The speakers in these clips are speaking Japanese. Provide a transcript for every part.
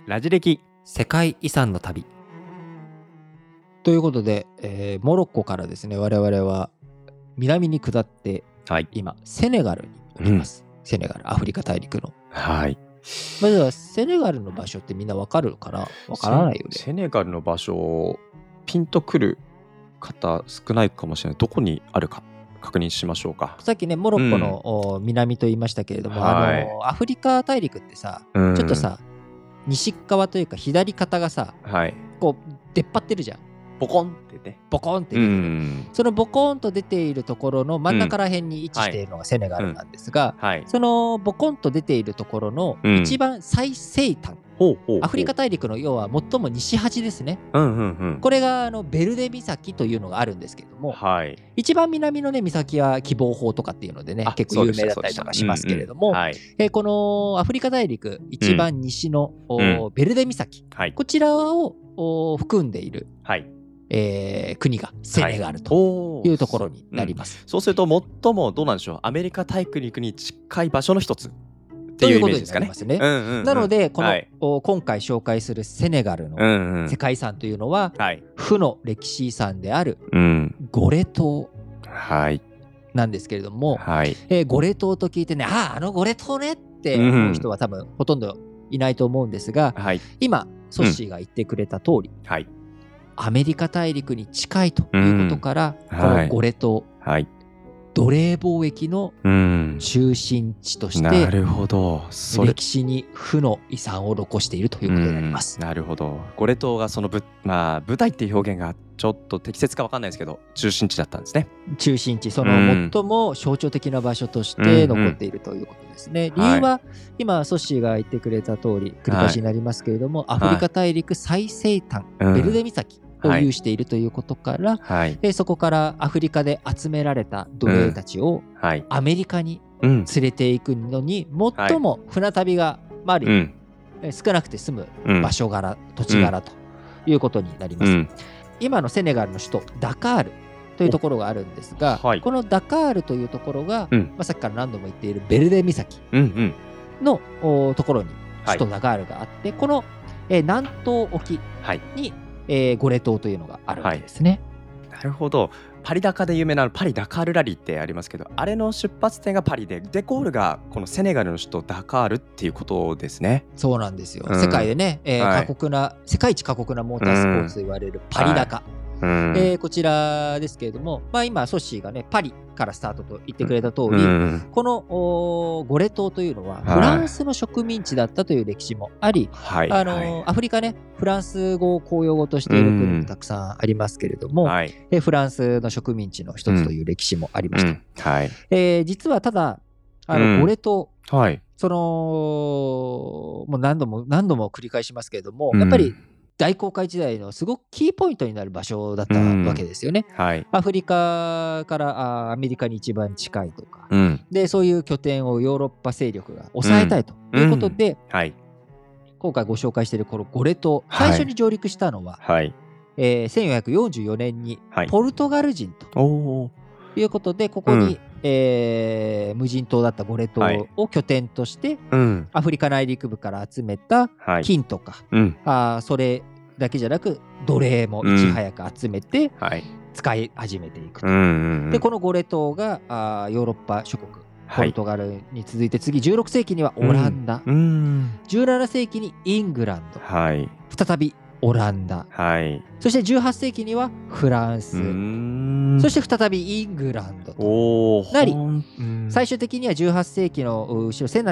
ラジ歴世界遺産の旅ということで、モロッコからですね、我々は南に下って、 はい、 今セネガルにおります、セネガル、アフリカ大陸の。 はい。 まずはセネガルの場所ってみんなわかるかな？わからないよね。 セネガルの場所ピンとくる方少ないかもしれない。どこにあるか確認しましょうか。 さっきね、モロッコの、南と言いましたけれども、 はい、 アフリカ大陸ってさ、ちょっとさ、西側というか左肩がさ、 はい、 こう出っ張ってるじゃん。 ボコンってね。 ボコンって出てる。そのボコンと出ているところの真ん中ら辺に位置しているのがセネガルなんですが、そのボコンと出ているところの一番最西端、アフリカ大陸の要は最も西端ですね。これがベルデ岬というのがあるんですけれども、一番南のね岬は希望峰とかっていうのでね結構有名だったりとかしますけれども、このアフリカ大陸一番西のベルデ岬、こちらを含んでいる、国がセネガルというところになります。 そうすると最もどうなんでしょう、アメリカ大陸に近い場所の一つっていうイメージですかね。 なのでこの、今回紹介するセネガルの世界遺産というのは、負の歴史遺産であるゴレ島なんですけれども、ゴレ島と聞いてね、あのゴレ島ねって思う人は多分ほとんどいないと思うんですが、今ソッシーが言ってくれた通り、アメリカ大陸に近いということから、このゴレ島、奴隷貿易の中心地として、歴史に負の遺産を残しているということになります。 なるほど。ゴレ島がその舞台っていう表現がちょっと適切か分かんないですけど、中心地だったんですね。 中心地、その最も象徴的な場所として残っているということですね。理由は今ソッシーが言ってくれた通り繰り返しになりますけれども、アフリカ大陸最西端、ベルデ岬を有しているということから、そこからアフリカで集められた奴隷たちをアメリカに連れていくのに最も船旅が少なくて済む場所柄、土地柄ということになります。今のセネガルの首都ダカールというところがあるんですが、このダカールというところが、さっきから何度も言っているベルデ岬のところに首都ダカールがあって、この南東沖にゴレ島というのがあるわけですね。 なるほど。パリダカで有名なパリダカールラリーってありますけど、あれの出発点がパリで、デゴールがこのセネガルの首都ダカールっていうことですね。 そうなんですよ。世界でね、世界一過酷なモータースポーツと言われるパリダカ、こちらですけれども、今ソッシーがねパリからスタートと言ってくれた通り、このゴレ島というのはフランスの植民地だったという歴史もあり、アフリカねフランス語を公用語としている国もたくさんありますけれども、フランスの植民地の一つという歴史もありました。実はただゴレ島、そのもう何度も繰り返しますけれども、やっぱり大航海時代のすごくキーポイントになる場所だったわけですよね。アフリカからアメリカに一番近いとか、でそういう拠点をヨーロッパ勢力が抑えたいということで、今回ご紹介しているこのゴレ島、最初に上陸したのは、1444年にポルトガル人ということで、ここに、無人島だったゴレ島を拠点として、アフリカ内陸部から集めた金とか、それだけじゃなく奴隷もいち早く集めて使い始めていくと。でこのゴレ島がヨーロッパ諸国、ポルトガルに続いて次16世紀にはオランダ、17世紀にイングランド、再びオランダ、そして18世紀にはフランス、そして再びイングランドとなり、最終的には18世紀の後ろ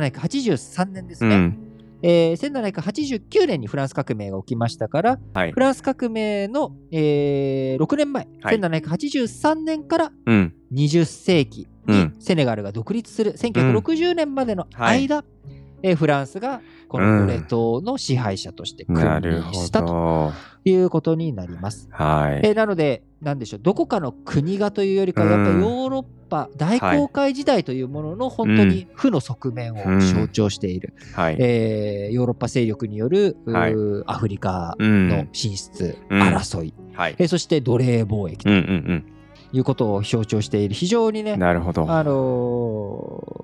1783年ですね、1789年にフランス革命が起きましたから、フランス革命の、6年前、1783年から20世紀にセネガルが独立する1960年までの間、フランスがこのゴレ島の支配者として君臨したということになります。なので何でしょう、どこかの国がというよりかやっぱりヨーロッパ大航海時代というものの本当に負の側面を象徴している、ヨーロッパ勢力による、アフリカの進出、争い、そして奴隷貿易ということを象徴している非常にね、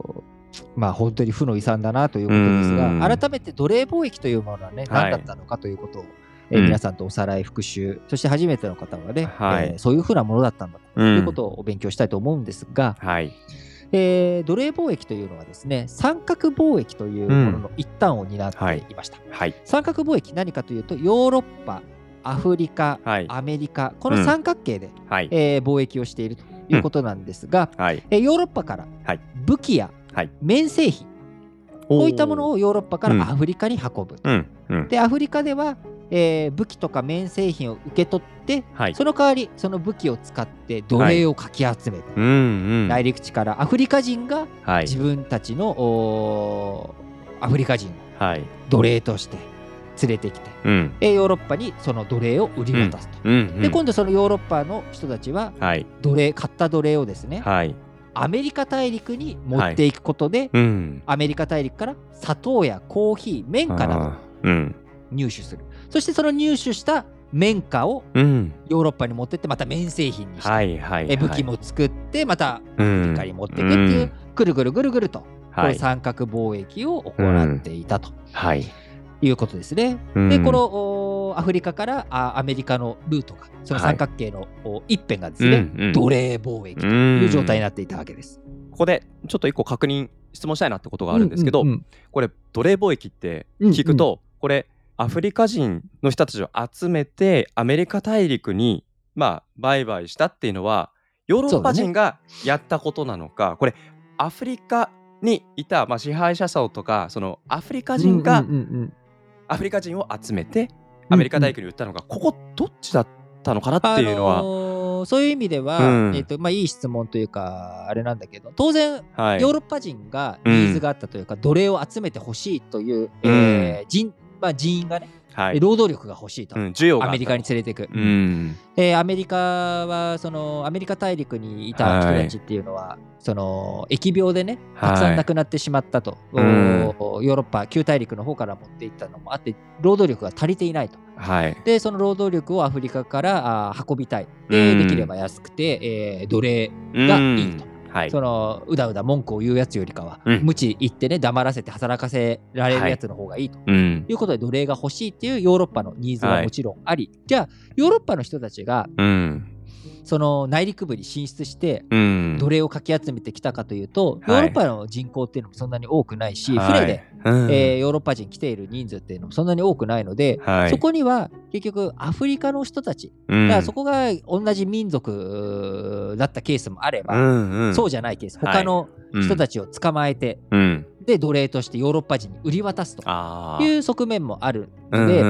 まあ本当に負の遺産だなということですうんが、改めて奴隷貿易というものはね、 はい何だったのかということを、 うん皆さんとおさらい復習、そして初めての方はね、 はいそういうふうなものだったんだとうんいうことをお勉強したいと思うんですが、 はい奴隷貿易というのはですね、三角貿易というものの一端を担っていました。 はい三角貿易何かというと、ヨーロッパ、アフリカ、 はいアメリカ、この三角形で、 はい貿易をしているということなんですが、 はいヨーロッパからはい武器やはい綿製品、こういったものををヨーロッパからアフリカに運ぶ。 うんで、アフリカでは、武器とか綿製品を受け取って、 はいその代わりその武器を使って奴隷をかき集めて、 うん内陸地からアフリカ人がはい自分たちのアフリカ人をはい奴隷として連れてきて、 うんヨーロッパにその奴隷を売り渡すと。 うんで、今度そのヨーロッパの人たちははい買った奴隷をですね、 はいアメリカ大陸に持っていくことで、 うんアメリカ大陸から砂糖やコーヒー、綿花などをうん入手する。そしてその入手した綿花をうんヨーロッパに持ってって、また綿製品にして、 はいはい武器も作ってまたアうメリんカに持っていくっていう、 うんぐるぐるぐるぐると、こはいの三角貿易を行っていたとはいいうことですね。で、このアフリカからアメリカのルートが、その三角形の一辺がですね、奴隷貿易という状態になっていたわけです。 ここでちょっと一個質問したいなってことがあるんですけど、これ奴隷貿易って聞くと、これアフリカ人の人たちを集めてアメリカ大陸に売買したっていうのはヨーロッパ人がやったことなのか、これアフリカにいた支配者層とか、そのアフリカ人がアフリカ人を集めてアメリカ大陸に売ったのか、ここどっちだったのかなっていうのは、 そういう意味では、いい質問というかあれなんだけど、当然、ヨーロッパ人がニーズがあったというか、奴隷を集めてほしいという、人員がね、労働力が欲しいと、 需要がアメリカに連れていく、アメリカはそのアメリカ大陸にいた人たちっていうのは、その疫病でねたくさん亡くなってしまったと、ヨーロッパ旧大陸の方から持っていったのもあって、労働力が足りていないと、でその労働力をアフリカから運びたい、できれば安くて、奴隷がいいと、そのうだうだ文句を言うやつよりかは、無知言ってね黙らせて働かせられるやつの方がいいと、いうことで奴隷が欲しいっていうヨーロッパのニーズはもちろんあり、じゃあヨーロッパの人たちが、その内陸部に進出して奴隷をかき集めてきたかというと、ヨーロッパの人口っていうのもそんなに多くないし、船で、ヨーロッパ人来ている人数っていうのもそんなに多くないので、そこには結局アフリカの人たち、だからそこが同じ民族だったケースもあれば、そうじゃないケース、他の人たちを捕まえて、で奴隷としてヨーロッパ人に売り渡すという側面もあるので、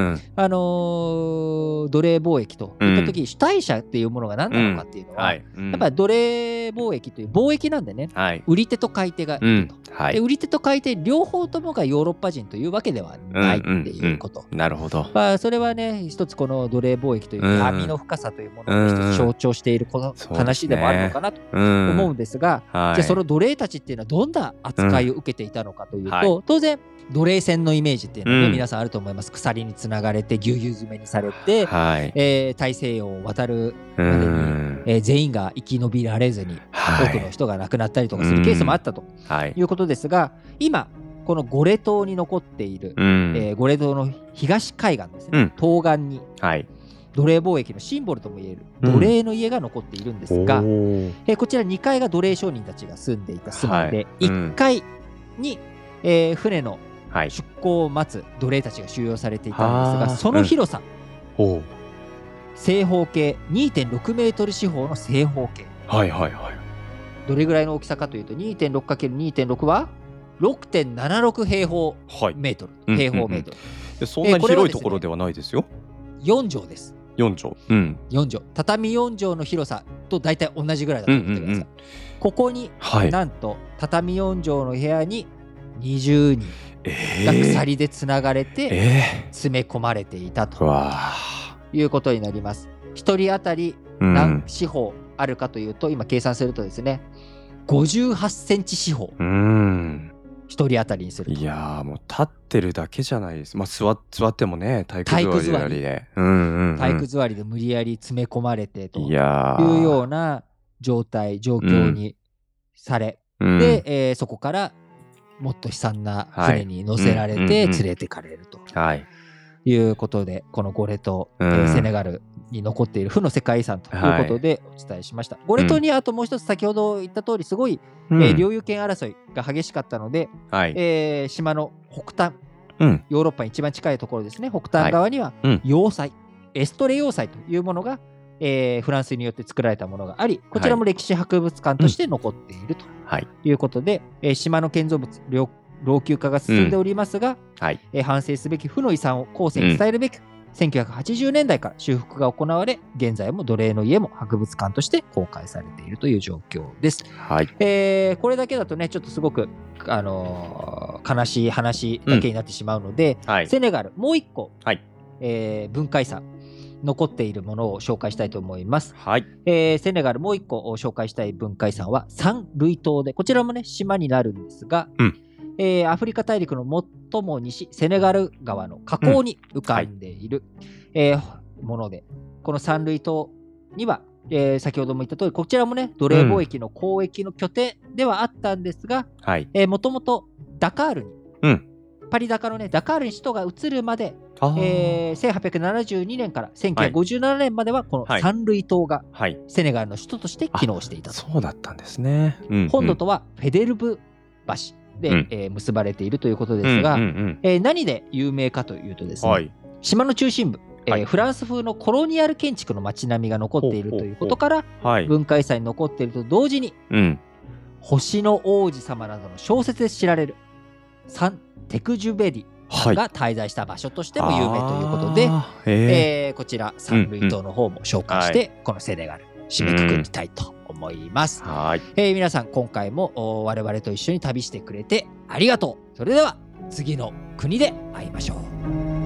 奴隷貿易といった時に主体者っていうものが何なのかっていうのは、やっぱり奴隷貿易という貿易なんでね、売り手と買い手がいると、で売り手と買い手両方ともがヨーロッパ人というわけではないっていうこと、 なるほど。 それはね一つこの奴隷貿易という闇の深さというものを一つ象徴しているこの話でもあるのかなと思うんですが、じゃあその奴隷たちっていうのはどんな扱いを受けていたのかというと、当然奴隷船のイメージっていうのはね、皆さんあると思います。鎖につながれてぎゅうぎゅう詰めにされて、大西洋を渡るまでに、全員が生き延びられずに、多くの人が亡くなったりとかするケースもあったということですが、今このゴレ島に残っている、ゴレ島の東海岸ですね、東岸に、奴隷貿易のシンボルともいえる奴隷の家が残っているんですが、こちら2階が奴隷商人たちが住んでいた住まいで、1階に、船の出港を待つ奴隷たちが収容されていたんですが、その広さ、正方形 2.6 メートル四方の正方形、どれぐらいの大きさかというと 2.6×2.6 は 6.76 平方メートル、平方メートル、 そんなに広いところではないですよ。 4畳です。 4畳、 4畳、畳4畳の広さと大体同じぐらいだと思ってください。ここに、なんと畳4畳の部屋に20人が鎖でつながれて詰め込まれていたということになります。1人当たり何四方あるかというと、今計算するとですね、58センチ四方、1人当たりにすると。 いやもう立ってるだけじゃないです。座ってもね、体育座りで体育座りで無理やり詰め込まれてというような状況にされ、で、そこからもっと悲惨な船に乗せられて連れてかれるということで、このゴレ島、セネガルに残っている負の世界遺産ということでお伝えしました。ゴレ島にあともう一つ先ほど言った通りすごい、領有権争いが激しかったので、島の北端、ヨーロッパに一番近いところですね、北端側には要塞、エストレ要塞というものが、フランスによって作られたものがあり、こちらも歴史博物館として残っているということで、島の建造物老朽化が進んでおりますが、反省すべき負の遺産を後世に伝えるべく、1980年代から修復が行われ、現在も奴隷の家も博物館として公開されているという状況です。これだけだとね、ちょっとすごく、悲しい話だけになってしまうので、セネガル、もう一個、文化遺産、残っているものを紹介したいと思います。セネガル、もう一個紹介したい文化遺産は、サンルイ島で、こちらもね、島になるんですが、アフリカ大陸の最も西、セネガル川の河口に浮かんでいる、もので、このサンルイ島には、先ほども言った通り、こちらもね、奴隷貿易の交易の拠点ではあったんですが、もともとダカールに、パリダカのね、ダカールに首都が移るまで、1872年から1957年までは、このサンルイ島がセネガルの首都として機能していたと。 そうだったんですね。 本土とはフェデルブ橋で、結ばれているということですが、何で有名かというとですね、島の中心部、フランス風のコロニアル建築の街並みが残っているということから、文化遺産に残っていると同時に、星の王子様などの小説で知られるサン・テクジュベリが滞在した場所としても有名ということで、こちらサンルイ島の方も紹介して、このセネガル締めくくりたいと思います。皆さん今回も我々と一緒に旅してくれてありがとう。それでは次の国で会いましょう。